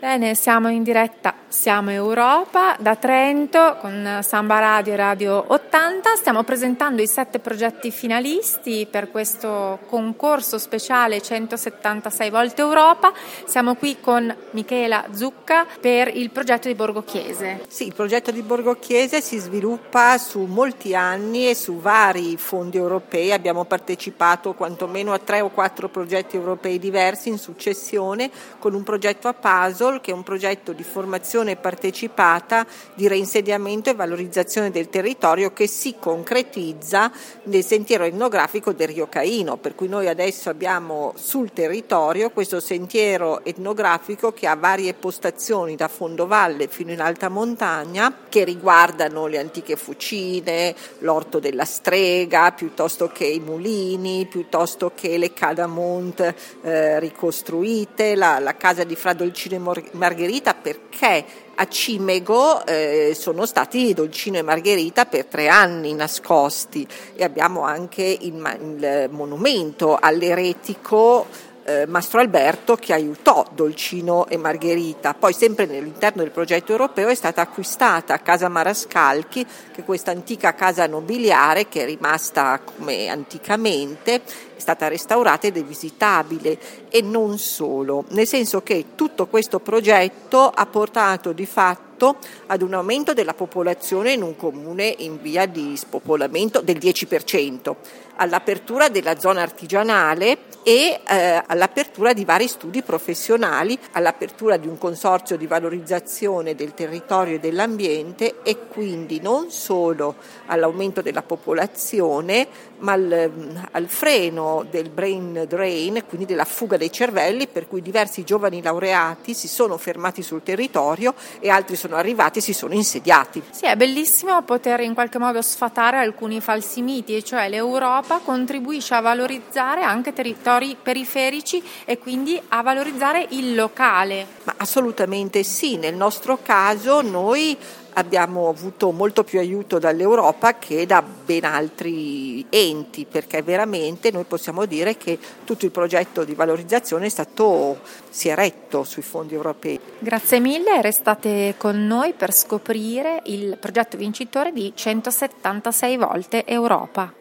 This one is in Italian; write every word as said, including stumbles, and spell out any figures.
Bene, siamo in diretta, siamo Europa, da Trento con Samba Radio e Radio ottanta. Stiamo presentando i sette progetti finalisti per questo concorso speciale centosettantasei volte Europa. Siamo qui con Michela Zucca per il progetto di Borgo Chiese. Sì, il progetto di Borgo Chiese si sviluppa su molti anni e su vari fondi europei. Abbiamo partecipato quantomeno a tre o quattro progetti europei diversi in successione, con un progetto a puzzle che è un progetto di formazione partecipata, di reinsediamento e valorizzazione del territorio che si concretizza nel sentiero etnografico del Rio Caino, per cui noi adesso abbiamo sul territorio questo sentiero etnografico che ha varie postazioni da fondovalle fino in alta montagna, che riguardano le antiche fucine, l'orto della strega, piuttosto che i mulini, piuttosto che le Cadamont eh, ricostruite, la, la casa di Fra Dolcino e Margherita, perché a Cimego eh, sono stati Dolcino e Margherita per tre anni nascosti, e abbiamo anche il, il monumento all'eretico Eh, Mastro Alberto che aiutò Dolcino e Margherita. Poi sempre all'interno del progetto europeo è stata acquistata Casa Marascalchi, che è questa antica casa nobiliare che è rimasta come anticamente, è stata restaurata ed è visitabile, e non solo, nel senso che tutto questo progetto ha portato di fatto ad un aumento della popolazione in un comune in via di spopolamento del dieci per cento, all'apertura della zona artigianale e eh, all'apertura di vari studi professionali, all'apertura di un consorzio di valorizzazione del territorio e dell'ambiente, e quindi non solo all'aumento della popolazione, ma al, al freno del brain drain, quindi della fuga dei cervelli, per cui diversi giovani laureati si sono fermati sul territorio e altri sono arrivati e si sono insediati. Sì, è bellissimo poter in qualche modo sfatare alcuni falsi miti, e cioè l'Europa contribuisce a valorizzare anche territori periferici e quindi a valorizzare il locale. Ma assolutamente sì, nel nostro caso noi abbiamo avuto molto più aiuto dall'Europa che da ben altri enti, perché veramente noi possiamo dire che tutto il progetto di valorizzazione è stato, si è retto sui fondi europei. Grazie mille, restate con noi per scoprire il progetto vincitore di centosettantasei volte Europa.